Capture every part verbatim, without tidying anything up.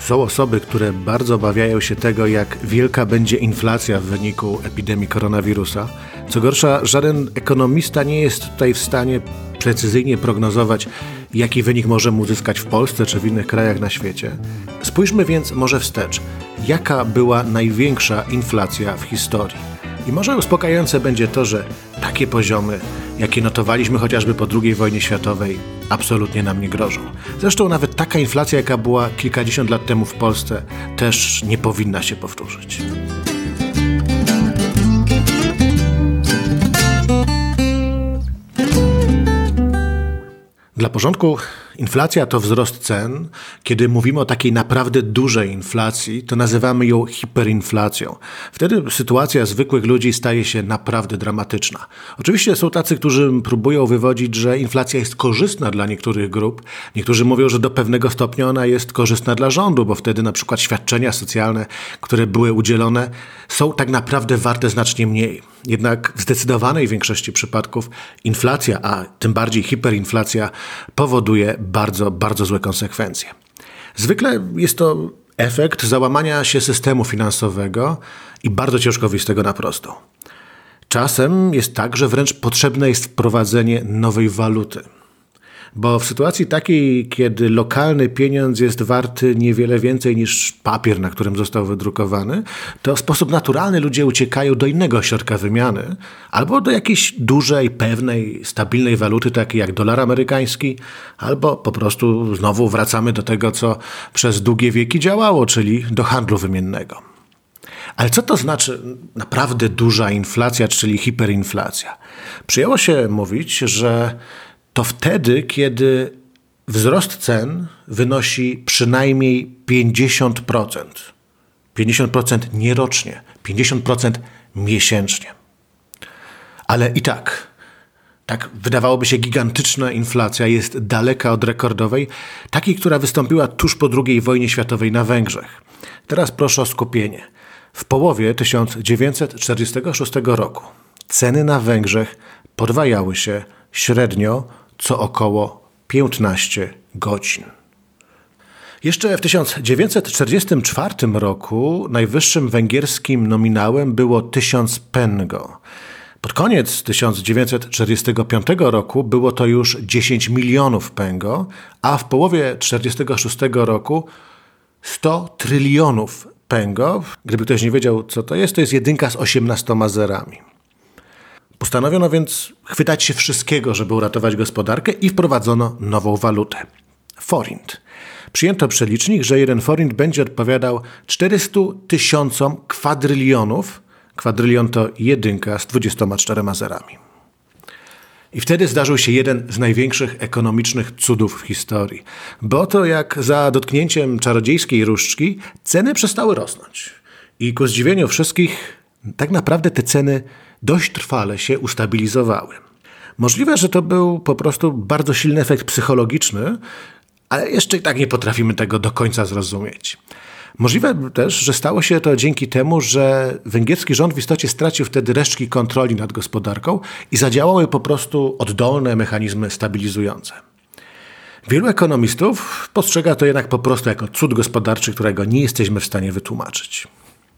Są osoby, które bardzo obawiają się tego, jak wielka będzie inflacja w wyniku epidemii koronawirusa. Co gorsza, żaden ekonomista nie jest tutaj w stanie precyzyjnie prognozować, jaki wynik możemy uzyskać w Polsce czy w innych krajach na świecie. Spójrzmy więc może wstecz, jaka była największa inflacja w historii. I może uspokajające będzie to, że takie poziomy, jakie notowaliśmy chociażby po drugiej wojnie światowej, absolutnie nam nie grożą. Zresztą nawet taka inflacja, jaka była kilkadziesiąt lat temu w Polsce, też nie powinna się powtórzyć. Dla porządku, inflacja to wzrost cen. Kiedy mówimy o takiej naprawdę dużej inflacji, to nazywamy ją hiperinflacją. Wtedy sytuacja zwykłych ludzi staje się naprawdę dramatyczna. Oczywiście są tacy, którzy próbują wywodzić, że inflacja jest korzystna dla niektórych grup. Niektórzy mówią, że do pewnego stopnia ona jest korzystna dla rządu, bo wtedy na przykład świadczenia socjalne, które były udzielone, są tak naprawdę warte znacznie mniej. Jednak w zdecydowanej większości przypadków inflacja, a tym bardziej hiperinflacja, powoduje bardzo, bardzo złe konsekwencje. Zwykle jest to efekt załamania się systemu finansowego i bardzo ciężko wyjść z tego na prostą. Czasem jest tak, że wręcz potrzebne jest wprowadzenie nowej waluty. Bo w sytuacji takiej, kiedy lokalny pieniądz jest warty niewiele więcej niż papier, na którym został wydrukowany, to w sposób naturalny ludzie uciekają do innego środka wymiany albo do jakiejś dużej, pewnej, stabilnej waluty, takiej jak dolar amerykański, albo po prostu znowu wracamy do tego, co przez długie wieki działało, czyli do handlu wymiennego. Ale co to znaczy naprawdę duża inflacja, czyli hiperinflacja? Przyjęło się mówić, że to wtedy, kiedy wzrost cen wynosi przynajmniej pięćdziesiąt procent. pięćdziesiąt procent nie rocznie, pięćdziesiąt procent miesięcznie. Ale i tak, tak wydawałoby się gigantyczna inflacja jest daleka od rekordowej, takiej, która wystąpiła tuż po drugiej wojnie światowej na Węgrzech. Teraz proszę o skupienie. W połowie tysiąc dziewięćset czterdziestego szóstego roku ceny na Węgrzech podwajały się średnio co około piętnaście godzin. Jeszcze w tysiąc dziewięćset czterdziestym czwartym roku najwyższym węgierskim nominałem było tysiąc pengo. Pod koniec tysiąc dziewięćset czterdziestego piątego roku było to już dziesięć milionów pengo, a w połowie tysiąc dziewięćset czterdziestego szóstego roku sto trylionów pengo. Gdyby ktoś nie wiedział, co to jest, to jest jedynka z osiemnastoma zerami. Postanowiono więc chwytać się wszystkiego, żeby uratować gospodarkę i wprowadzono nową walutę. Forint. Przyjęto przelicznik, że jeden forint będzie odpowiadał czterystu tysiącom kwadrylionów. Kwadrylion to jedynka z dwudziestoma czterema zerami. I wtedy zdarzył się jeden z największych ekonomicznych cudów w historii. Bo to jak za dotknięciem czarodziejskiej różdżki ceny przestały rosnąć. I ku zdziwieniu wszystkich tak naprawdę te ceny dość trwale się ustabilizowały. Możliwe, że to był po prostu bardzo silny efekt psychologiczny, ale jeszcze i tak nie potrafimy tego do końca zrozumieć. Możliwe też, że stało się to dzięki temu, że węgierski rząd w istocie stracił wtedy resztki kontroli nad gospodarką i zadziałały po prostu oddolne mechanizmy stabilizujące. Wielu ekonomistów postrzega to jednak po prostu jako cud gospodarczy, którego nie jesteśmy w stanie wytłumaczyć.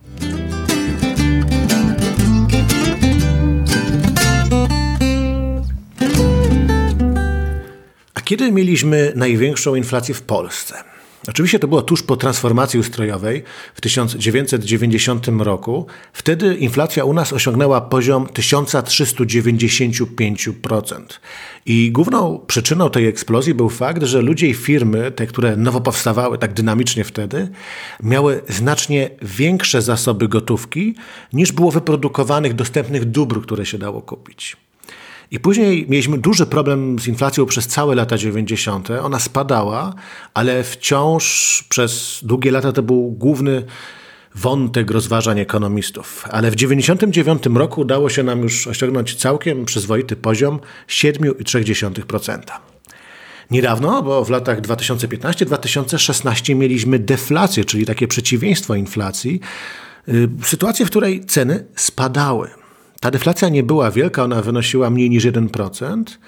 Kiedy mieliśmy największą inflację w Polsce? Oczywiście to było tuż po transformacji ustrojowej w tysiąc dziewięćset dziewięćdziesiątym roku. Wtedy inflacja u nas osiągnęła poziom tysiąc trzysta dziewięćdziesiąt pięć procent. I główną przyczyną tej eksplozji był fakt, że ludzie i firmy, te, które nowo powstawały tak dynamicznie wtedy, miały znacznie większe zasoby gotówki niż było wyprodukowanych dostępnych dóbr, które się dało kupić. I później mieliśmy duży problem z inflacją przez całe lata dziewięćdziesiąte. Ona spadała, ale wciąż przez długie lata to był główny wątek rozważań ekonomistów. Ale w dziewięćdziesiątym dziewiątym roku udało się nam już osiągnąć całkiem przyzwoity poziom siedem przecinek trzy procent. Niedawno, bo w latach dwa tysiące piętnastym do dwa tysiące szesnastego mieliśmy deflację, czyli takie przeciwieństwo inflacji. Sytuację, w której ceny spadały. Ta deflacja nie była wielka, ona wynosiła mniej niż jeden procent,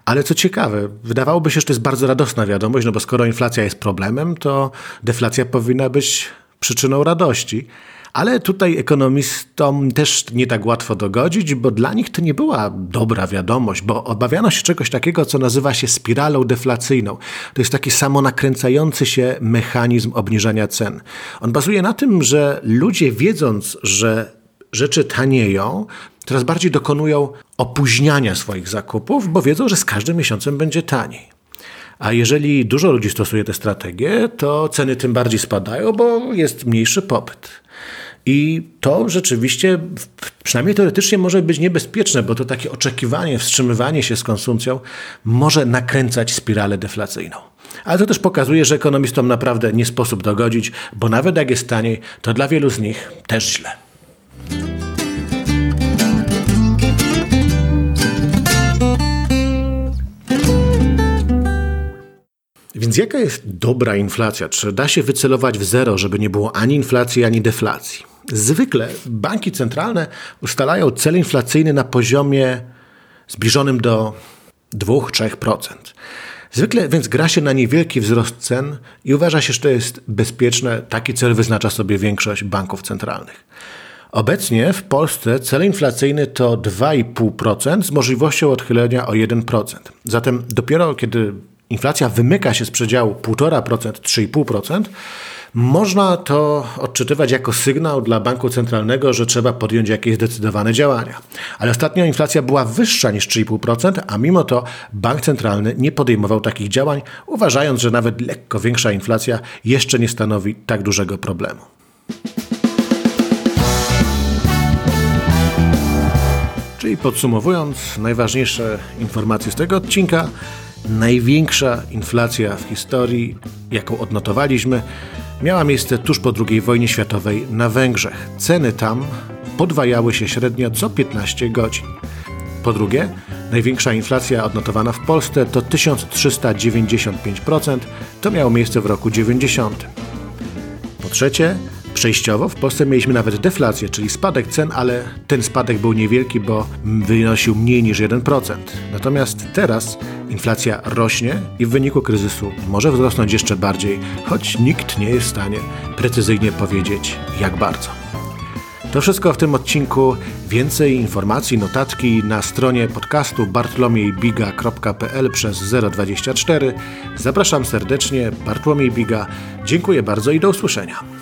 Ale co ciekawe, wydawałoby się, że to jest bardzo radosna wiadomość, no bo skoro inflacja jest problemem, to deflacja powinna być przyczyną radości. Ale tutaj ekonomistom też nie tak łatwo dogodzić, bo dla nich to nie była dobra wiadomość, bo obawiano się czegoś takiego, co nazywa się spiralą deflacyjną. To jest taki samonakręcający się mechanizm obniżania cen. On bazuje na tym, że ludzie, wiedząc, że rzeczy tanieją, coraz bardziej dokonują opóźniania swoich zakupów, bo wiedzą, że z każdym miesiącem będzie taniej. A jeżeli dużo ludzi stosuje tę strategię, to ceny tym bardziej spadają, bo jest mniejszy popyt. I to rzeczywiście, przynajmniej teoretycznie, może być niebezpieczne, bo to takie oczekiwanie, wstrzymywanie się z konsumpcją może nakręcać spiralę deflacyjną. Ale to też pokazuje, że ekonomistom naprawdę nie sposób dogodzić, bo nawet jak jest taniej, to dla wielu z nich też źle. Więc jaka jest dobra inflacja? Czy da się wycelować w zero, żeby nie było ani inflacji, ani deflacji? Zwykle banki centralne ustalają cel inflacyjny na poziomie zbliżonym do dwa do trzech procent. Zwykle więc gra się na niewielki wzrost cen i uważa się, że to jest bezpieczne. Taki cel wyznacza sobie większość banków centralnych. Obecnie w Polsce cel inflacyjny to dwa i pół procent z możliwością odchylenia o jeden procent. Zatem dopiero kiedy inflacja wymyka się z przedziału półtora procent do trzech i pół procent, można to odczytywać jako sygnał dla banku centralnego, że trzeba podjąć jakieś zdecydowane działania. Ale ostatnio inflacja była wyższa niż trzy i pół procent, a mimo to bank centralny nie podejmował takich działań, uważając, że nawet lekko większa inflacja jeszcze nie stanowi tak dużego problemu. Czyli podsumowując, najważniejsze informacje z tego odcinka: największa inflacja w historii, jaką odnotowaliśmy, miała miejsce tuż po drugiej wojnie światowej na Węgrzech. Ceny tam podwajały się średnio co piętnaście godzin. Po drugie, największa inflacja odnotowana w Polsce to tysiąc trzysta dziewięćdziesiąt pięć procent. To miało miejsce w roku dziewięćdziesiątym. Po trzecie, przejściowo w Polsce mieliśmy nawet deflację, czyli spadek cen, ale ten spadek był niewielki, bo wynosił mniej niż jeden procent. Natomiast teraz inflacja rośnie i w wyniku kryzysu może wzrosnąć jeszcze bardziej, choć nikt nie jest w stanie precyzyjnie powiedzieć, jak bardzo. To wszystko w tym odcinku. Więcej informacji, notatki na stronie podcastu bartłomiej biga kropka p l przez zero dwadzieścia cztery. Zapraszam serdecznie, Bartłomiej Biga. Dziękuję bardzo i do usłyszenia.